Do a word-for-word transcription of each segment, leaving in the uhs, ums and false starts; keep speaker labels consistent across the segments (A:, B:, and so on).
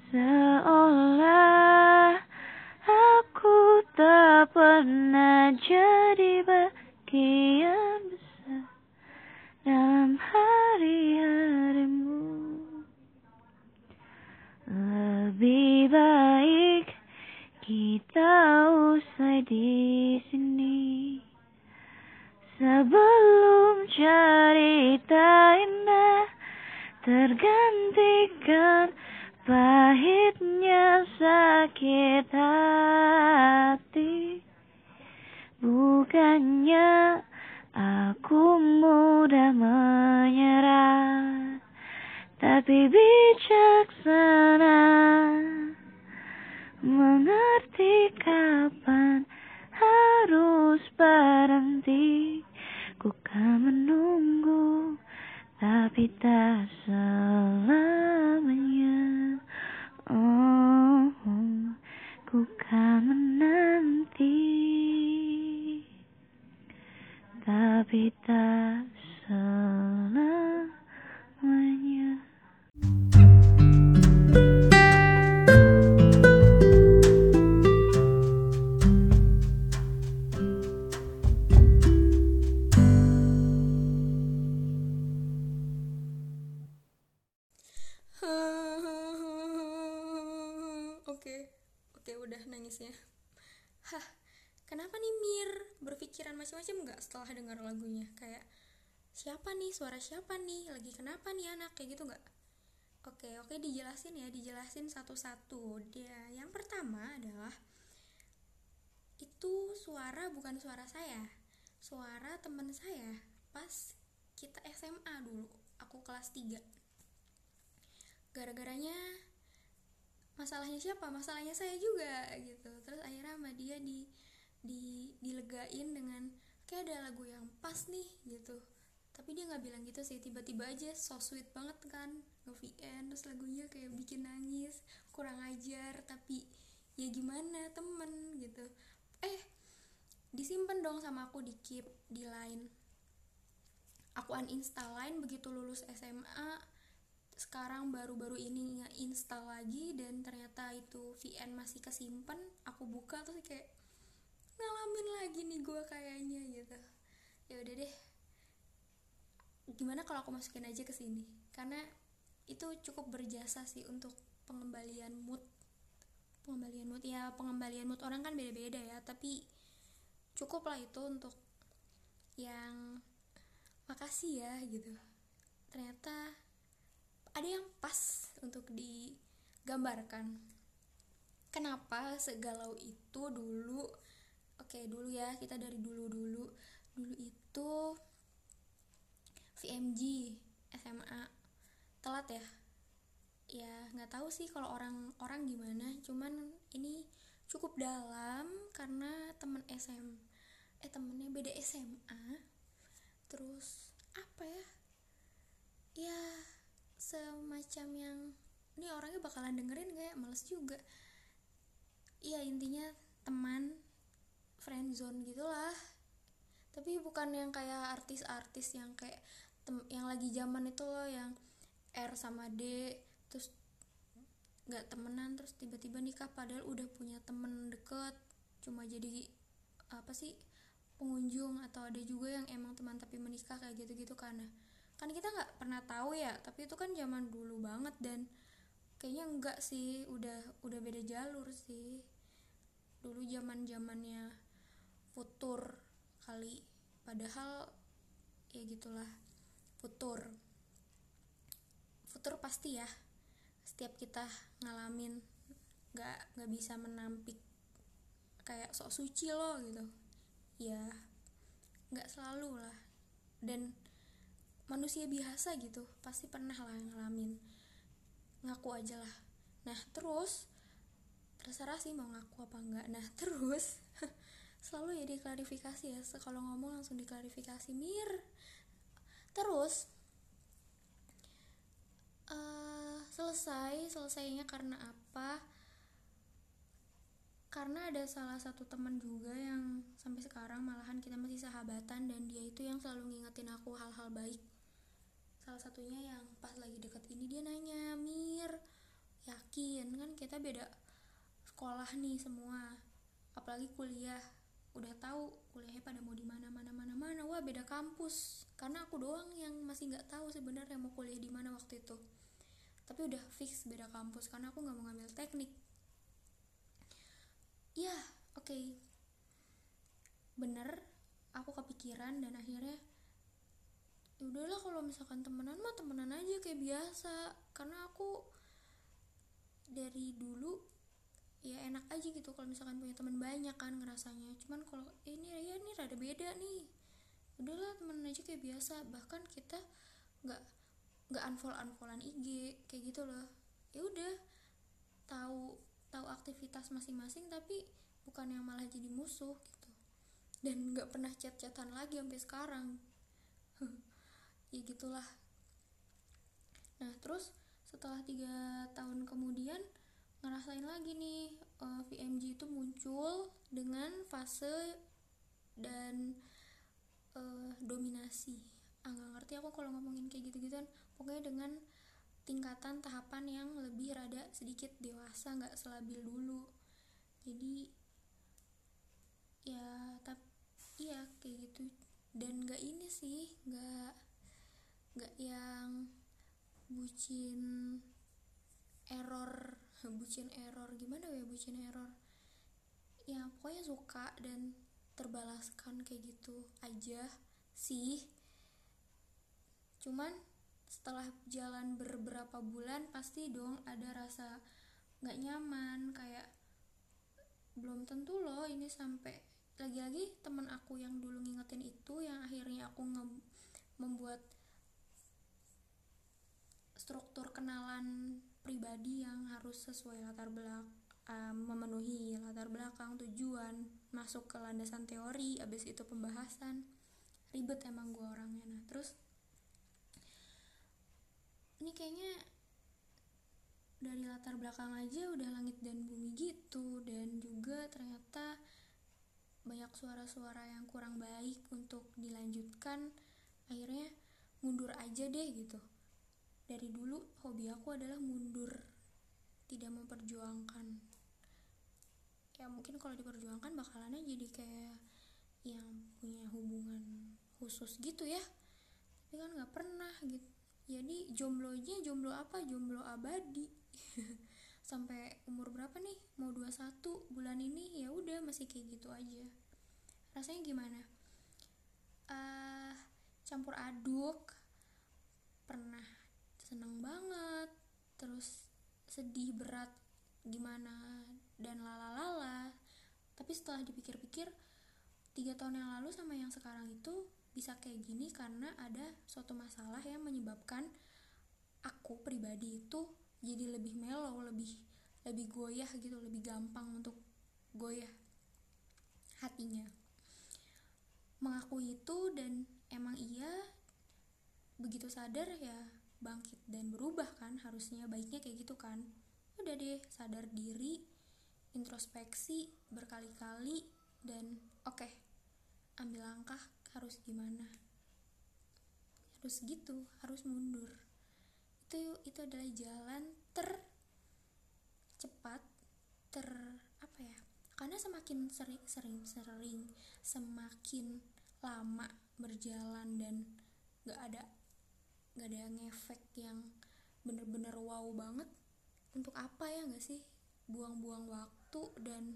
A: Seolah aku tak pernah jadi bagian besar dalam hari-harimu. Lebih baik kita usai di sini sebelum cerita indah tergantikan pahitnya sakit hati. Bukannya aku mudah menyerah, tapi bijaksana mengerti kapan harus berhenti. Ku kan menunggu, tapi tak selamanya. Oh, ku kan menanti, tapi tak selamanya.
B: Oke, oke udah nangisnya. Hah, kenapa nih Mir? Berpikiran macam-macam nggak setelah dengar lagunya? Kayak siapa nih, suara siapa nih, lagi kenapa nih anak, kayak gitu nggak? Oke, oke dijelasin ya, dijelasin satu-satu. Dia yang pertama adalah itu suara bukan suara saya, suara teman saya pas kita S M A dulu. Aku kelas tiga. Gara-garanya masalahnya siapa? Masalahnya saya juga gitu. Terus akhirnya sama dia di di dilegain dengan kayak ada lagu yang pas nih gitu. Tapi dia nggak bilang gitu sih, tiba-tiba aja so sweet banget kan nge-V N, terus lagunya kayak bikin nangis, kurang ajar tapi ya gimana temen gitu. Eh disimpan dong sama aku, di keep di Line. Aku uninstall Line begitu lulus S M A. Sekarang baru-baru ini nge-install lagi dan ternyata itu V N masih kesimpan. Aku buka terus kayak ngalamin lagi nih gue kayaknya gitu. Ya udah deh, gimana kalau aku masukin aja ke sini, karena itu cukup berjasa sih untuk pengembalian mood. Pengembalian mood ya, pengembalian mood orang kan beda-beda ya, tapi cukup lah itu untuk yang makasih ya gitu. Ternyata ada yang pas untuk digambarkan. Kenapa segalau itu dulu? Oke dulu ya, kita dari dulu-dulu. Dulu itu V M G S M A telat ya. Ya nggak tahu sih kalau orang-orang gimana. Cuman ini cukup dalam karena temen S M eh temennya beda S M A. Terus apa ya? Ya semacam yang ini orangnya bakalan dengerin kayak males juga. Iya intinya teman friendzone gitulah. Tapi bukan yang kayak artis-artis yang kayak tem- yang lagi zaman itu loh, yang R sama D terus nggak temenan terus tiba-tiba nikah padahal udah punya temen deket, cuma jadi apa sih pengunjung. Atau ada juga yang emang teman tapi menikah kayak gitu-gitu. Karena kan kita nggak pernah tahu ya, tapi itu kan zaman dulu banget dan kayaknya enggak sih, udah udah beda jalur sih. Dulu zaman zamannya futur kali, padahal ya gitulah. futur futur pasti ya, setiap kita ngalamin, nggak nggak bisa menampik kayak sok suci loh gitu ya, nggak selalu lah. Dan manusia biasa gitu pasti pernah lah ngalamin, ngaku aja lah. Nah terus terserah sih mau ngaku apa enggak. Nah terus selalu ya diklarifikasi ya, kalau ngomong langsung diklarifikasi Mir. Terus uh, selesai selesainya karena apa? Karena ada salah satu teman juga yang sampai sekarang malahan kita masih sahabatan, dan dia itu yang selalu ngingetin aku hal-hal baik. Salah satunya yang pas lagi deket ini dia nanya, Mir yakin kan kita beda sekolah nih semua, apalagi kuliah, udah tahu kuliahnya pada mau di mana mana mana mana, wah beda kampus. Karena aku doang yang masih nggak tahu sebenarnya mau kuliah di mana waktu itu, tapi udah fix beda kampus karena aku nggak mau ngambil teknik. Ya oke, okay. Bener, aku kepikiran dan akhirnya ya udahlah, kalau misalkan temenan mah temenan aja kayak biasa, karena aku dari dulu ya enak aja gitu kalau misalkan punya teman banyak kan ngerasanya. Cuman kalau eh, ini ya ini rada beda nih, udahlah temenan aja kayak biasa. Bahkan kita nggak nggak unfollow unfollowan I G kayak gitu loh. Ya udah, tahu tahu aktivitas masing-masing tapi bukan yang malah jadi musuh gitu. Dan nggak pernah chat-chatan lagi sampai sekarang. Ya gitulah. Nah terus setelah tiga tahun kemudian ngerasain lagi nih, uh, V M G itu muncul dengan fase dan uh, dominasi. Ah nggak ngerti aku kalau ngomongin kayak gitu-gituan. Pokoknya dengan tingkatan tahapan yang lebih rada sedikit dewasa, nggak selabil dulu. Jadi ya tapi iya kayak gitu. Dan nggak ini sih, nggak nggak yang bucin error bucin error gimana ya, bucin error ya pokoknya suka dan terbalaskan kayak gitu aja sih. Cuman setelah jalan beberapa bulan pasti dong ada rasa nggak nyaman, kayak belum tentu loh ini sampai, lagi-lagi teman aku yang dulu ngingetin itu yang akhirnya aku nge- membuat struktur kenalan pribadi yang harus sesuai latar belakang, um, memenuhi latar belakang, tujuan, masuk ke landasan teori, abis itu pembahasan. Ribet emang gue orangnya. Nah terus ini kayaknya dari latar belakang aja udah langit dan bumi gitu, dan juga ternyata banyak suara-suara yang kurang baik untuk dilanjutkan. Akhirnya mundur aja deh gitu. Dari dulu hobi aku adalah mundur, tidak memperjuangkan. Ya mungkin kalau diperjuangkan bakalannya jadi kayak yang punya hubungan khusus gitu ya, tapi kan nggak pernah gitu. Jadi jomblonya jomblo apa, jomblo abadi. Sampai umur berapa nih, mau dua puluh satu bulan ini, ya udah masih kayak gitu aja. Rasanya gimana? Uh, campur aduk, pernah seneng banget, terus sedih berat gimana, dan lalalala. Tapi setelah dipikir-pikir, tiga tahun yang lalu sama yang sekarang itu bisa kayak gini karena ada suatu masalah yang menyebabkan aku pribadi itu jadi lebih mellow, lebih lebih goyah gitu, lebih gampang untuk goyah hatinya. Mengakui itu, dan emang iya begitu sadar ya bangkit dan berubah kan, harusnya baiknya kayak gitu kan. Udah deh, sadar diri, introspeksi berkali-kali, dan oke okay, ambil langkah harus gimana, harus gitu, harus mundur. Itu itu adalah jalan tercepat, ter apa ya? Karena semakin sering sering sering semakin lama berjalan dan nggak ada nggak ada ngefek yang bener-bener wow banget, untuk apa ya nggak sih, buang-buang waktu dan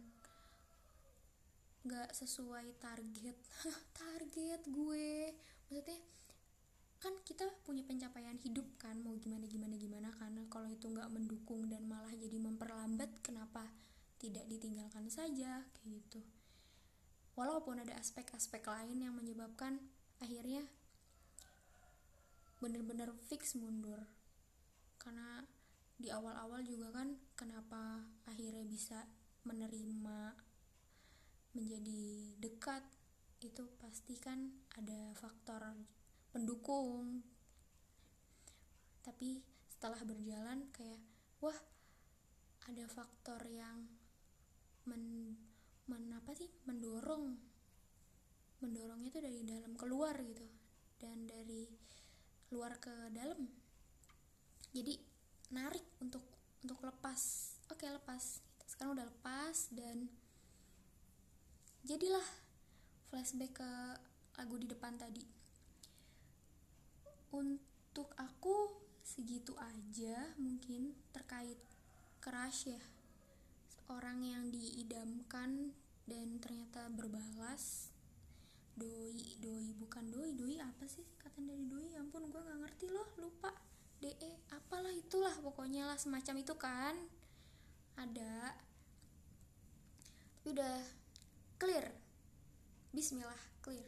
B: nggak sesuai target. Target gue maksudnya kan kita punya pencapaian hidup kan, mau gimana gimana gimana kan. Kalau itu nggak mendukung dan malah jadi memperlambat, kenapa tidak ditinggalkan saja kayak gitu. Walaupun ada aspek-aspek lain yang menyebabkan akhirnya bener-bener fix mundur. Karena di awal-awal juga kan kenapa akhirnya bisa menerima menjadi dekat, itu pasti kan ada faktor pendukung. Tapi setelah berjalan kayak wah, ada faktor yang men, men apa sih mendorong mendorongnya itu dari dalam keluar gitu, dan dari luar ke dalam. Jadi narik untuk untuk lepas. Oke, lepas. lepas. Sekarang udah lepas dan jadilah flashback ke lagu di depan tadi. Untuk aku segitu aja mungkin terkait crush ya, orang yang diidamkan dan ternyata berbalas. Doi, doi bukan doi, doi apa sih kata dari doi? Ya ampun, gue nggak ngerti loh, lupa. De, apalah itulah pokoknya lah semacam itu kan. Ada, tapi udah clear. Bismillah, clear.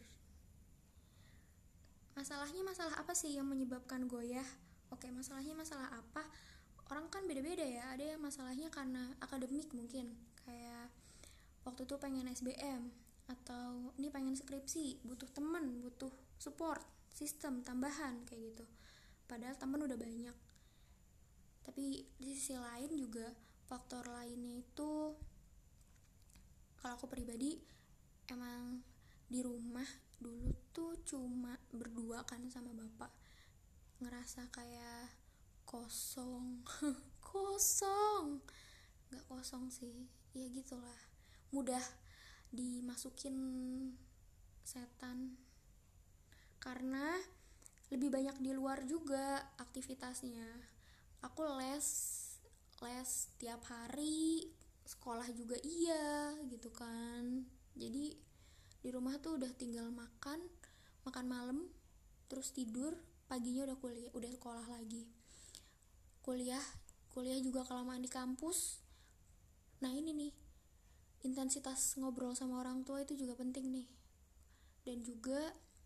B: Masalahnya masalah apa sih yang menyebabkan goyah? Oke, masalahnya masalah apa? Orang kan beda-beda ya. Ada yang masalahnya karena akademik mungkin, kayak waktu itu pengen S B M, atau ini pengen skripsi, butuh teman, butuh support sistem tambahan kayak gitu. Padahal teman udah banyak. Tapi di sisi lain juga faktor lainnya itu, kalau aku pribadi emang di rumah dulu tuh cuma berdua kan sama bapak, ngerasa kayak kosong. Kosong nggak kosong sih, ya gitulah, mudah dimasukin setan karena lebih banyak di luar juga aktivitasnya. Aku les les tiap hari, sekolah juga iya gitu kan. Jadi di rumah tuh udah tinggal makan makan malam, terus tidur, paginya udah kuliah, udah sekolah lagi. Kuliah kuliah juga kelamaan di kampus. Nah ini nih, intensitas ngobrol sama orang tua itu juga penting nih. Dan juga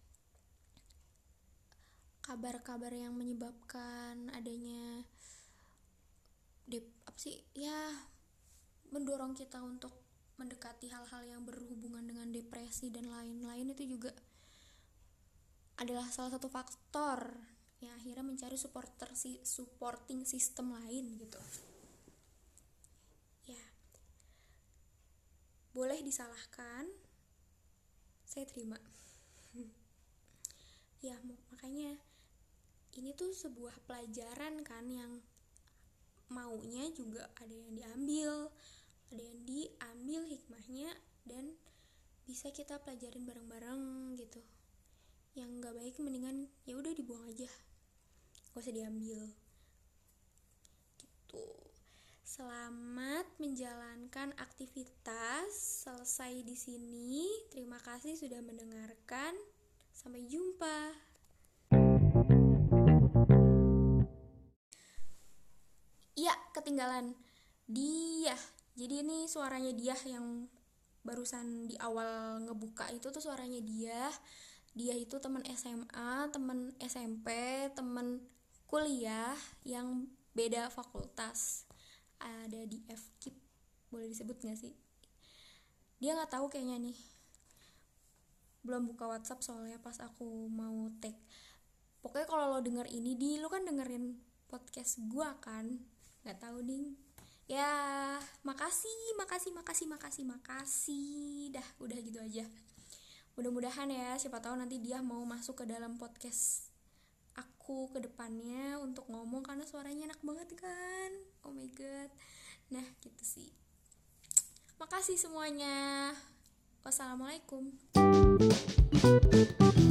B: kabar-kabar yang menyebabkan adanya dep apa sih ya, mendorong kita untuk mendekati hal-hal yang berhubungan dengan depresi dan lain-lain, itu juga adalah salah satu faktor yang akhirnya mencari supporter si supporting system lain gitu. Ya, boleh disalahkan, saya terima. Ya, makanya ini tuh sebuah pelajaran kan, yang maunya juga ada yang diambil, ada yang diambil hikmahnya dan bisa kita pelajarin bareng-bareng gitu. Yang nggak baik mendingan ya udah dibuang aja, gak usah diambil gitu. Selamat menjalankan aktivitas, selesai di sini. Terima kasih sudah mendengarkan, sampai jumpa. Iya, ketinggalan dia. Jadi ini suaranya dia yang barusan di awal ngebuka itu tuh suaranya dia. Dia itu teman S M A, teman S M P, teman kuliah yang beda fakultas. Ada di F K I P, boleh disebut gak sih? Dia nggak tahu kayaknya nih. Belum buka WhatsApp soalnya pas aku mau tag. Pokoknya kalau lo denger ini, di lo kan dengerin podcast gua kan? Nggak tahu ding. Ya, makasih, makasih, makasih, makasih, makasih. Dah, udah gitu aja. Mudah-mudahan ya, siapa tahu nanti dia mau masuk ke dalam podcast aku ke depannya untuk ngomong, karena suaranya enak banget kan. Oh my god. Nah, gitu sih. Makasih semuanya. Wassalamualaikum.